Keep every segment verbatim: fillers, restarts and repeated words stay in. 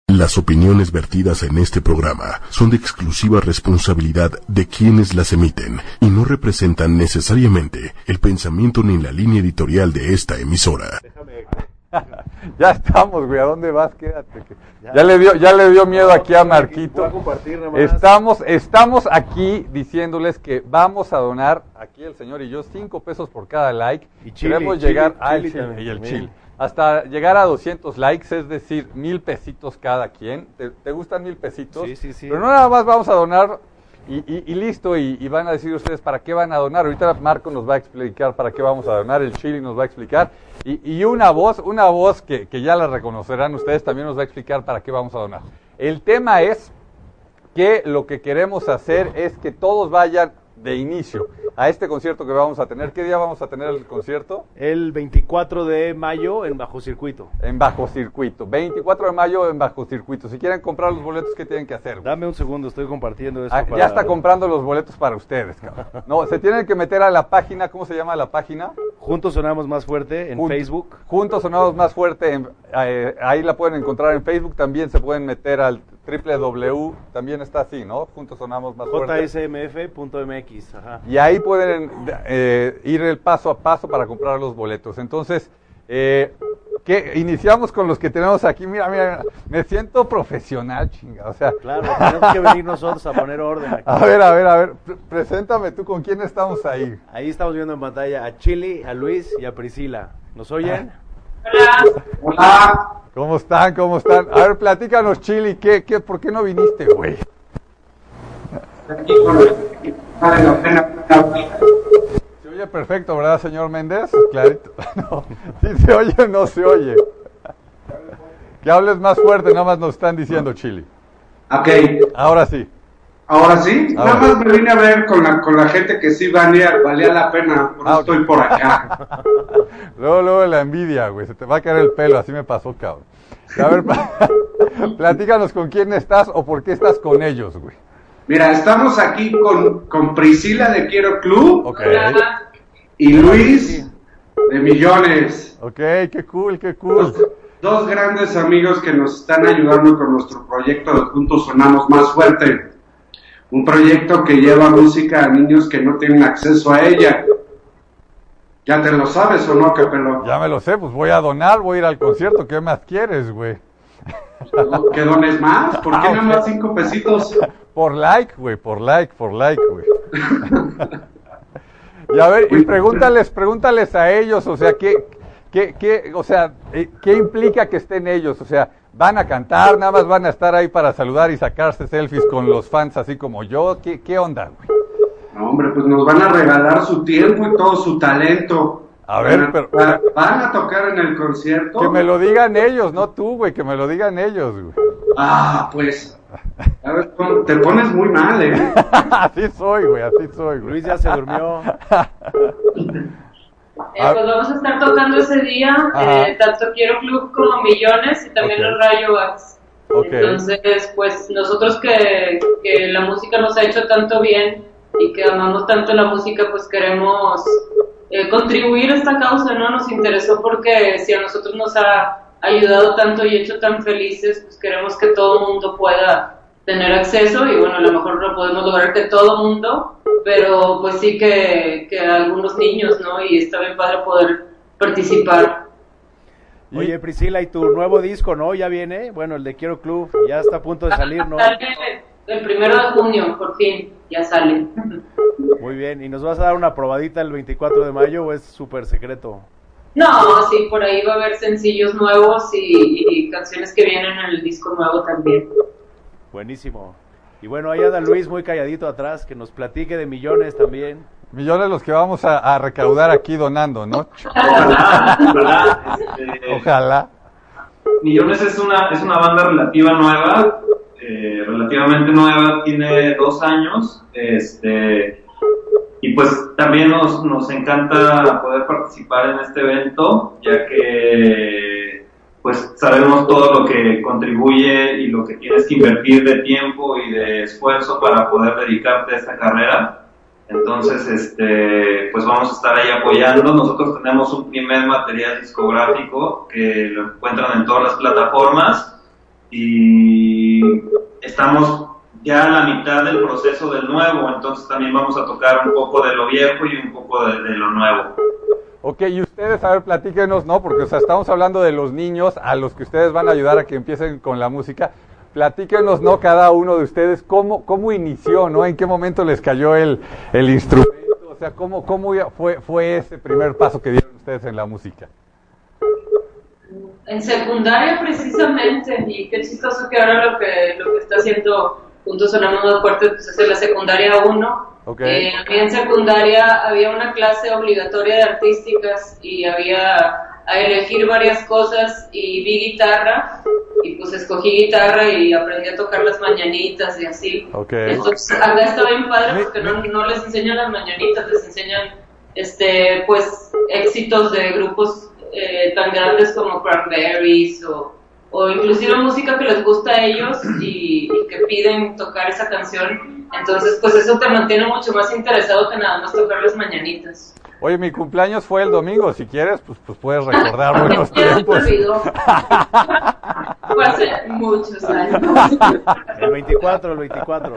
Las opiniones vertidas en este programa son de exclusiva responsabilidad de quienes las emiten y no representan necesariamente el pensamiento ni la línea editorial de esta emisora. Déjame. Ya estamos, güey, ¿a dónde vas? Quédate. Que... Ya, ya, le dio, ya le dio miedo aquí a Marquito. Voy a compartir nada más. Estamos, estamos aquí diciéndoles que vamos a donar, aquí el señor y yo, cinco pesos por cada like. Y chile, Queremos chile, llegar chile, al chile chile también, y el también. chile. Hasta llegar a doscientos likes, es decir, mil pesitos cada quien. ¿Te, te gustan mil pesitos? Sí, sí, sí. Pero no nada más vamos a donar y, y, y listo, y, y van a decir ustedes para qué van a donar. Ahorita Marco nos va a explicar para qué vamos a donar, el Chili nos va a explicar. Y, y una voz, una voz que, que ya la reconocerán ustedes, también nos va a explicar para qué vamos a donar. El tema es que lo que queremos hacer es que todos vayan de inicio a este concierto que vamos a tener. ¿Qué día vamos a tener el concierto? El veinticuatro de mayo en Bajo Circuito. En Bajo Circuito. veinticuatro de mayo en Bajo Circuito. Si quieren comprar los boletos, ¿qué tienen que hacer, güey? Dame un segundo, estoy compartiendo eso. Ah, para... Ya está comprando los boletos para ustedes, cabrón. No, se tienen que meter a la página, ¿cómo se llama la página? Juntos Sonamos Más Fuerte en Jun- Facebook. Juntos Sonamos Más Fuerte, en, eh, ahí la pueden encontrar en Facebook, también se pueden meter al doble u doble u doble u, también está así, ¿no? Juntos Sonamos Más Fuerte. J S M F punto M X, ajá. Y ahí pueden eh, ir el paso a paso para comprar los boletos. Entonces, eh, ¿qué? Iniciamos con los que tenemos aquí. Mira, mira, me siento profesional, chinga. O sea, Claro, tenemos que venir nosotros a poner orden aquí. a ver, a ver, a ver, pr- preséntame tú con quién estamos ahí. Ahí estamos viendo en pantalla a Chili, a Luis y a Priscila. ¿Nos oyen? Hola. Hola. ¿Cómo están? ¿Cómo están? A ver, platícanos, Chili, ¿qué, qué, ¿por qué no viniste, güey? Aquí con vale la pena. Se oye perfecto, ¿verdad, señor Méndez? Clarito. No, ¿sí se oye o no se oye? Que hables más fuerte, nada más nos están diciendo, Chili. Ok, Ahora sí. ahora sí. Ahora. Nada más me vine a ver con la, con la gente que sí valía, valía la pena. Por eso Ah, ok. estoy por acá. Luego, luego la envidia, güey, se te va a caer el pelo, así me pasó, cabrón. A ver, platícanos con quién estás o por qué estás con ellos, güey. Mira, estamos aquí con, con Priscila de Quiero Club Ok, y Luis de Millones. ok, qué cool, qué cool. Dos, dos grandes amigos que nos están ayudando con nuestro proyecto de Juntos Sonamos Más Fuerte. Un proyecto que lleva música a niños que no tienen acceso a ella. ¿Ya te lo sabes o no, Capelo? Ya me lo sé, pues voy a donar, voy a ir al concierto, ¿qué más quieres, güey? ¿Qué dones más? ¿Por qué Ah, nada ok. más cinco pesitos? Por like, güey, por like, por like, güey. Y a ver, y pregúntales, pregúntales a ellos, o sea, ¿qué, qué, qué, o sea, eh, qué implica que estén ellos? O sea, ¿van a cantar, nada más van a estar ahí para saludar y sacarse selfies con los fans así como yo? ¿Qué, qué onda, güey? No, hombre, pues nos van a regalar su tiempo y todo su talento. A ver, Van a- pero- va- Van a tocar en el concierto. Que me lo digan ellos, no tú, güey, que me lo digan ellos, güey. Ah, pues. A ver, pon- te pones muy mal, ¿eh? Así soy, güey, así soy, güey. Luis ya se durmió. Eh, pues vamos a estar tocando ese día, Ajá. eh, tanto Quiero Club como Millones y también Ok. los Rayo Bats. Ok. Entonces, pues nosotros que, que la música nos ha hecho tanto bien y que amamos tanto la música, pues queremos eh, contribuir a esta causa, ¿no? Nos interesó porque si a nosotros nos ha ayudado tanto y hecho tan felices, pues queremos que todo el mundo pueda tener acceso y bueno, a lo mejor no podemos lograr que todo el mundo, pero pues sí que, que algunos niños, ¿no? Y está bien padre poder participar. Y- Oye, Priscila, ¿y tu nuevo disco, no? ¿Ya viene? Bueno, el de Quiero Club, ya está a punto de salir, ¿no? Sale el primero de junio, por fin, ya sale. Muy bien, ¿y nos vas a dar una probadita el veinticuatro de mayo o es súper secreto? No, sí, por ahí va a haber sencillos nuevos y, y canciones que vienen en el disco nuevo también. Buenísimo. Y bueno, ahí anda Luis muy calladito atrás, que nos platique de Millones también. Millones los que vamos a, a recaudar aquí donando, ¿no? ¿Verdad? ¿Verdad? Este, Ojalá. Millones es una, es una banda relativa nueva, eh, relativamente nueva, tiene dos años, este, y pues también nos, nos encanta poder participar en este evento, ya que pues sabemos todo lo que contribuye y lo que tienes que invertir de tiempo y de esfuerzo para poder dedicarte a esta carrera. Entonces, este, pues vamos a estar ahí apoyando. Nosotros tenemos un primer material discográfico que lo encuentran en todas las plataformas y estamos ya a la mitad del proceso del nuevo, entonces también vamos a tocar un poco de lo viejo y un poco de, de lo nuevo. Ok, y ustedes, a ver, platíquenos, ¿no? Porque, o sea, estamos hablando de los niños a los que ustedes van a ayudar a que empiecen con la música. Platíquenos, ¿no? Cada uno de ustedes, ¿cómo, cómo inició, ¿no? ¿En qué momento les cayó el, el instrumento? O sea, ¿cómo, cómo fue, fue ese primer paso que dieron ustedes en la música? En secundaria, precisamente, y qué chistoso que ahora lo que, lo que está haciendo Juntos Sonamos Más Fuerte, pues es en la secundaria uno. Okay. Eh, a mí en secundaria había una clase obligatoria de artísticas y había a elegir varias cosas y vi guitarra y pues escogí guitarra y aprendí a tocar las mañanitas y así. Okay. Entonces acá está bien padre porque no, no les enseñan las mañanitas, les enseñan este pues éxitos de grupos eh, tan grandes como Cranberries o, o inclusive música que les gusta a ellos y, y que piden tocar esa canción. Entonces, pues eso te mantiene mucho más interesado que nada más tocar las mañanitas. Oye, mi cumpleaños fue el domingo, si quieres, pues, pues puedes recordar buenos Ya se me tiempos. olvidó. Fue hace muchos años. El veinticuatro, el veinticuatro.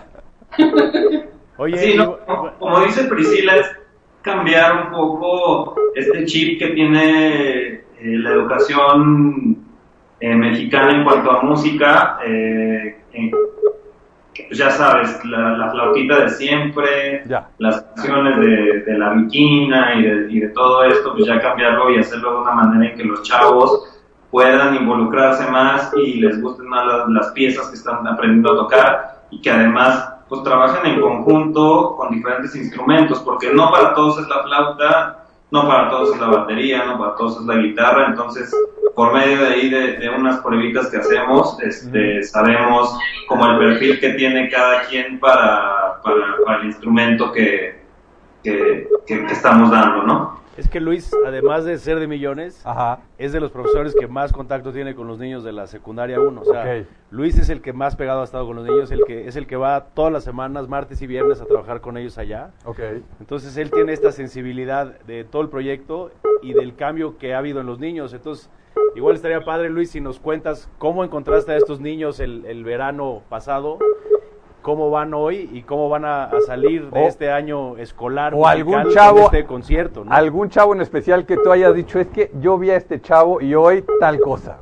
Oye, Sí, y- no, como, como dice Priscila, es cambiar un poco este chip que tiene eh, la educación eh, mexicana en cuanto a música, eh, en- que, pues ya sabes, la, la flautita de siempre, Ya. las canciones de, de la viquina y de, y de todo esto, pues ya cambiarlo y hacerlo de una manera en que los chavos puedan involucrarse más y les gusten más las, las piezas que están aprendiendo a tocar y que además pues trabajen en conjunto con diferentes instrumentos, porque no para todos es la flauta, no para todos es la batería, no para todos es la guitarra, entonces por medio de ahí de, de unas pruebitas que hacemos, este, sabemos como el perfil que tiene cada quien para, para, para el instrumento que, que, que, que estamos dando, ¿no? es que Luis, además de ser de Millones, Ajá. es de los profesores que más contacto tiene con los niños de la secundaria uno. O sea, Ok. Luis es el que más pegado ha estado con los niños, el que es el que va todas las semanas, martes y viernes, a trabajar con ellos allá. Ok. Entonces él tiene esta sensibilidad de todo el proyecto y del cambio que ha habido en los niños. Entonces, igual estaría padre, Luis, si nos cuentas cómo encontraste a estos niños el, el verano pasado, cómo van hoy y cómo van a, a salir de O- este año escolar o musical algún con chavo- este concierto, ¿no? ¿Algún chavo en especial que tú hayas dicho, es que yo vi a este chavo y hoy tal cosa?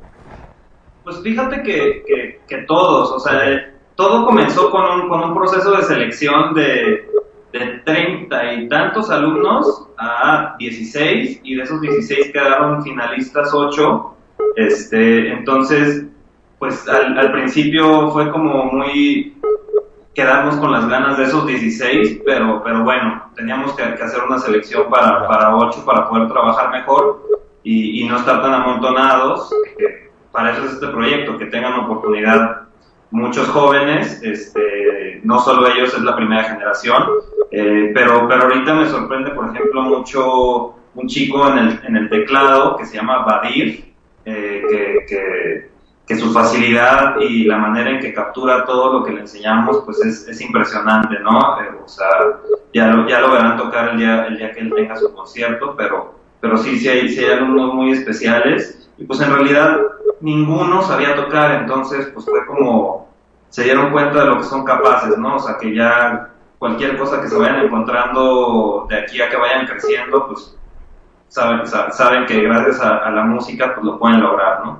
Pues fíjate que, que, que todos, o sea, eh, todo comenzó con un, con un proceso de selección de, de treinta y tantos alumnos a dieciséis, y de esos dieciséis quedaron finalistas ocho. Este, entonces, pues al, al principio fue como muy quedarnos con las ganas de esos dieciséis, pero, pero bueno, teníamos que, que hacer una selección para, para ocho para poder trabajar mejor y, y no estar tan amontonados. Que para eso es este proyecto, que tengan oportunidad muchos jóvenes, este, no solo ellos, es la primera generación, eh, pero, pero ahorita me sorprende, por ejemplo, mucho un chico en el, en el teclado que se llama Badir, eh, que, que que su facilidad y la manera en que captura todo lo que le enseñamos, pues es, es impresionante, ¿no? Eh, o sea, ya lo, ya lo verán tocar el día, el día que él tenga su concierto, pero, pero sí, sí hay, sí hay alumnos muy especiales, y pues en realidad ninguno sabía tocar, entonces pues fue como, se dieron cuenta de lo que son capaces, ¿no? O sea, que ya cualquier cosa que se vayan encontrando de aquí a que vayan creciendo, pues saben, saben que gracias a, a la música pues lo pueden lograr, ¿no?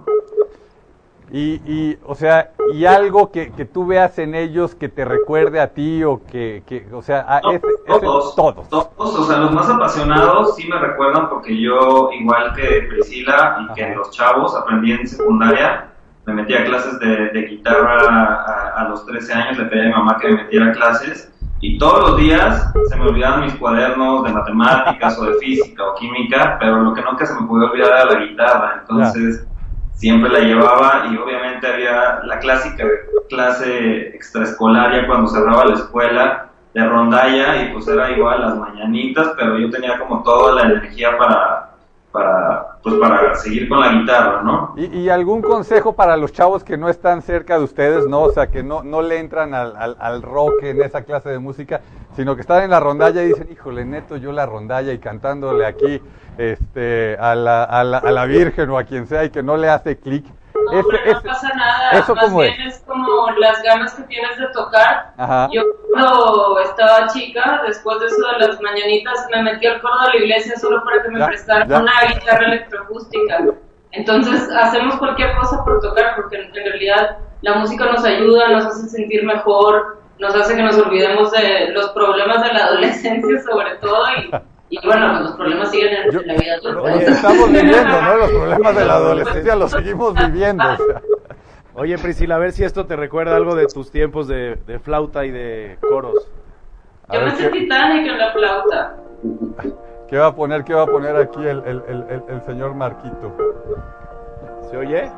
Y, y, o sea, y algo que, que tú veas en ellos que te recuerde a ti o que, que o sea, a No, ese, ese- todos, todos. todos, o sea, los más apasionados sí me recuerdan porque yo, igual que Priscila y que Ajá. los chavos, aprendí en secundaria, me metí a clases de, de guitarra a, a los trece años, le pedí a mi mamá que me metiera a clases y todos los días se me olvidaban mis cuadernos de matemáticas o de física o química, pero lo que nunca se me podía olvidar era la guitarra, entonces siempre la llevaba y obviamente había la clásica clase extraescolar ya cuando cerraba la escuela de rondalla y pues era igual las mañanitas, pero yo tenía como toda la energía para, para, pues para seguir con la guitarra, ¿no? Y, y algún consejo para los chavos que no están cerca de ustedes, ¿no? O sea, que no, no le entran al, al, al rock en esa clase de música, sino que están en la rondalla y dicen, híjole, neto, yo la rondalla y cantándole aquí este, a, la, a, la, a la Virgen o a quien sea y que no le hace clic. No, Ese- hombre, no ese- pasa nada. ¿eso Más cómo bien es? como las ganas que tienes de tocar. Ajá. Yo cuando estaba chica, después de eso de las mañanitas, me metí al coro de la iglesia solo para que me Ya, prestaran ya. una guitarra electroacústica. Entonces hacemos cualquier cosa por tocar, porque en, en realidad la música nos ayuda, nos hace sentir mejor, nos hace que nos olvidemos de los problemas de la adolescencia sobre todo y, y bueno, pues los problemas siguen en, Yo- en la vida adulta. Oye, estamos viviendo, ¿no? Los problemas de la adolescencia los seguimos viviendo. O sea. Oye, Priscila, a ver si esto te recuerda algo de tus tiempos de, de flauta y de coros. A Yo ver, me sé ¿qué, Titanic en la flauta. qué va a poner, qué va a poner aquí el, el, el, el- el señor Marquito? ¿Se oye?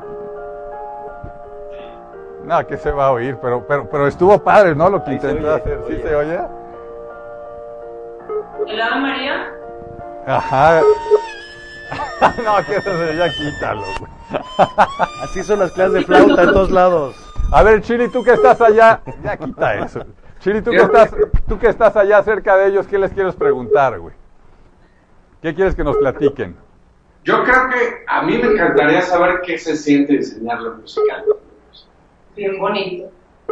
No, que se va a oír, pero, pero, pero estuvo padre, ¿no? Lo que Ahí se intentó oye, hacer. ¿Sí oye. se oye? ¿El Ave María? Ajá. No, que eso se ya quítalo, güey. Así son las clases de flauta en todos lados. A ver, Chili, tú que estás allá, ya quita eso. Chili, tú que estás, tú que estás allá cerca de ellos, ¿qué les quieres preguntar, güey? ¿Qué quieres que nos platiquen? Yo creo que a mí me encantaría saber qué se siente enseñarle música a los niños. Bien bonito.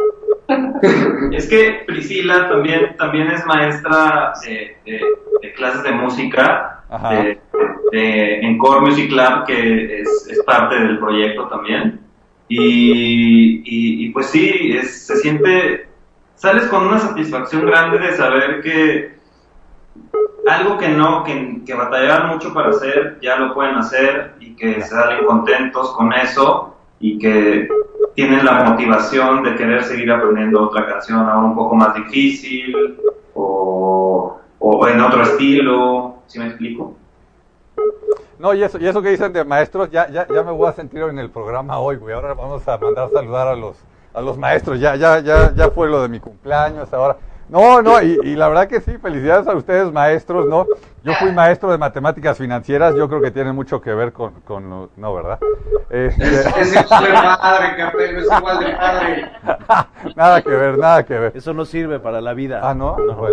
Es que Priscila también, también es maestra de, de- de clases de música Ajá. de- de- en Core Music Lab, que es, es parte del proyecto también. Y, y- y pues sí, es- se siente, sales con una satisfacción grande de saber que algo que no, que, que batallaban mucho para hacer, ya lo pueden hacer y que se salen contentos con eso y que tienen la motivación de querer seguir aprendiendo otra canción ahora un poco más difícil o, o en otro estilo, ¿sí me explico? No, y eso, y eso que dicen de maestros, ya, ya, ya me voy a sentir en el programa hoy, güey. Ahora vamos a mandar saludar a los, a los maestros. Ya, ya, ya, ya fue lo de mi cumpleaños ahora. No, no, y, y la verdad que sí, felicidades a ustedes, maestros, ¿no? Yo fui maestro de matemáticas financieras, yo creo que tiene mucho que ver con, con lo- no, ¿verdad? Este, Es, es igual de padre, Capello, es igual de padre. nada que ver, nada que ver. Eso no sirve para la vida. Ah, ¿no? Bueno.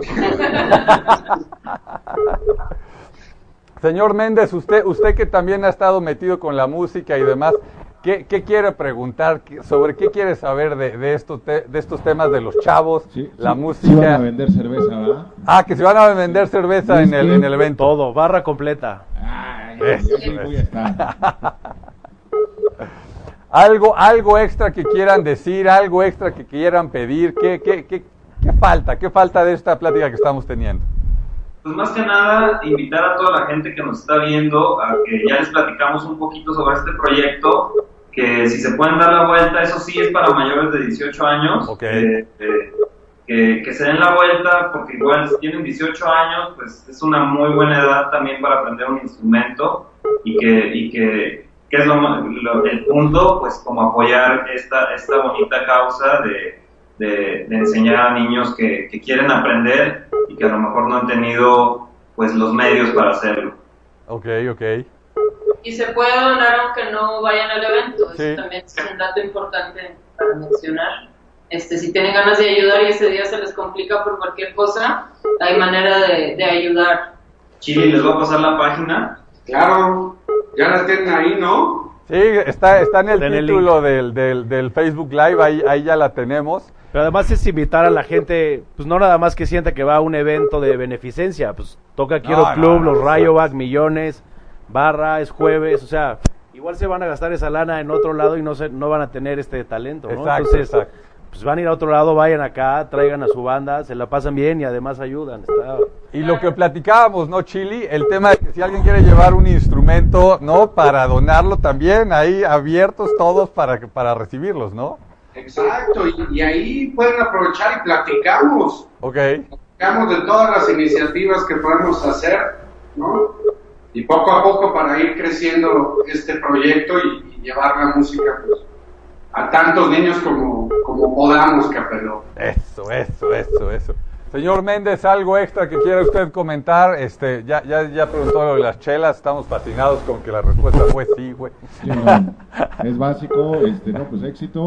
Señor Méndez, usted, usted que también ha estado metido con la música y demás, ¿qué, qué quiere preguntar? ¿Qué- ¿Sobre qué quiere saber de, de, estos te- de estos temas de los chavos, Sí, la sí, música? sí van a vender cerveza, ¿verdad? Ah, que se van a vender cerveza en el, en el evento. Todo, barra completa. Ay, Eso, yo sí eso. voy a estar. Algo, algo extra que quieran decir, algo extra que quieran pedir, ¿qué, qué, qué, qué falta? ¿Qué falta de esta plática que estamos teniendo? Pues más que nada, invitar a toda la gente que nos está viendo a que ya les platicamos un poquito sobre este proyecto, que si se pueden dar la vuelta, eso sí es para mayores de dieciocho años, Ok. eh, eh, que, que se den la vuelta, porque igual si tienen dieciocho años, pues es una muy buena edad también para aprender un instrumento y que, y que, que es lo, lo- el punto, pues como apoyar esta, esta bonita causa de, de, de enseñar a niños que, que quieren aprender y que a lo mejor no han tenido pues los medios para hacerlo. Ok, ok. Y se puede donar aunque no vayan al evento. Eso Sí. también es un dato importante para mencionar. Este, si tienen ganas de ayudar y ese día se les complica por cualquier cosa, hay manera de, de ayudar. Chili, les voy a pasar la página. Claro, ya la tienen ahí, ¿no? Sí, está, está en el Está en el título del, del, del Facebook Live, ahí, ahí ya la tenemos. Pero además es invitar a la gente, pues no nada más que sienta que va a un evento de beneficencia, pues toca Quiero No, Club, no, los no, Rayovac, millones, barra, es jueves, o sea, igual se van a gastar esa lana en otro lado y no se, no van a tener este talento, ¿no? Exacto, Entonces, exacto. pues van a ir a otro lado, vayan acá, traigan a su banda, se la pasan bien y además ayudan. Está... Y lo que platicábamos, ¿no, Chili? El tema de que si alguien quiere llevar un instrumento, ¿no? Para donarlo también, ahí abiertos todos para, para recibirlos, ¿no? Exacto, y, y ahí pueden aprovechar y platicamos. Ok. Platicamos de todas las iniciativas que podemos hacer, ¿no? Y poco a poco para ir creciendo este proyecto y, y llevar la música pues, a tantos niños como, como podamos, Capello. Eso, eso, eso, eso. Señor Méndez, algo extra que quiera usted comentar. Este, ya, ya, ya preguntó lo de las chelas, estamos fascinados con que la respuesta fue sí, güey. Sí, no, es básico, este, no, pues éxito.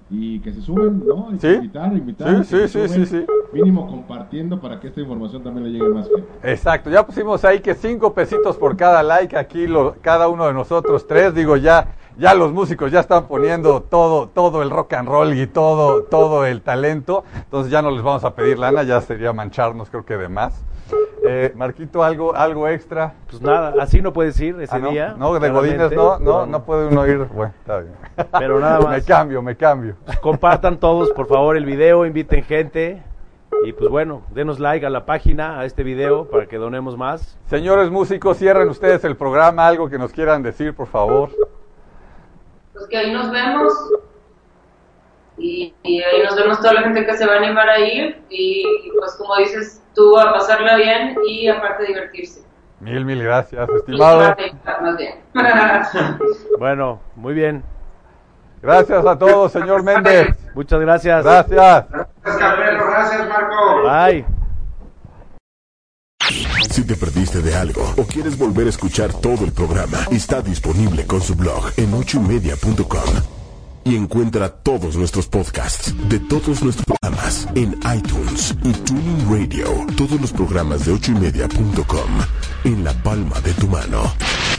y que se suben, ¿no? Y ¿Sí? Invitar, invitar. Sí, sí, sí, sí, sí. Mínimo compartiendo para que esta información también le llegue más gente. Exacto, ya pusimos ahí que cinco pesitos por cada like, aquí lo, cada uno de nosotros tres, digo ya, ya los músicos ya están poniendo todo, todo el rock and roll y todo, todo el talento, entonces ya no les vamos a pedir lana, ya sería mancharnos creo que de más. Eh, Marquito, algo, algo extra. Pues nada, así no puedes ir ese Ah, no, día. no, de claramente. Godínez no, no, no puede uno ir, bueno, está bien. Pero nada más. Me cambio, me cambio. Compartan todos, por favor, el video, inviten gente. Y pues bueno, denos like a la página, a este video, para que donemos más. Señores músicos, cierren ustedes el programa, algo que nos quieran decir, por favor. Pues que ahí nos vemos. Y, y ahí nos vemos toda la gente que se va a animar a ir. Y pues como dices tú, a pasarla bien y aparte divertirse. Mil, mil gracias, estimado. Más bien. Bueno, muy bien. Gracias a todos, señor Méndez. Muchas gracias. Gracias. Gracias, Carmelo. Gracias, Marco. Bye. Si te perdiste de algo o quieres volver a escuchar todo el programa, está disponible con su blog en ocho y media punto com. Y encuentra todos nuestros podcasts de todos nuestros programas en iTunes y Tuning Radio. Todos los programas de ocho y media punto com en la palma de tu mano.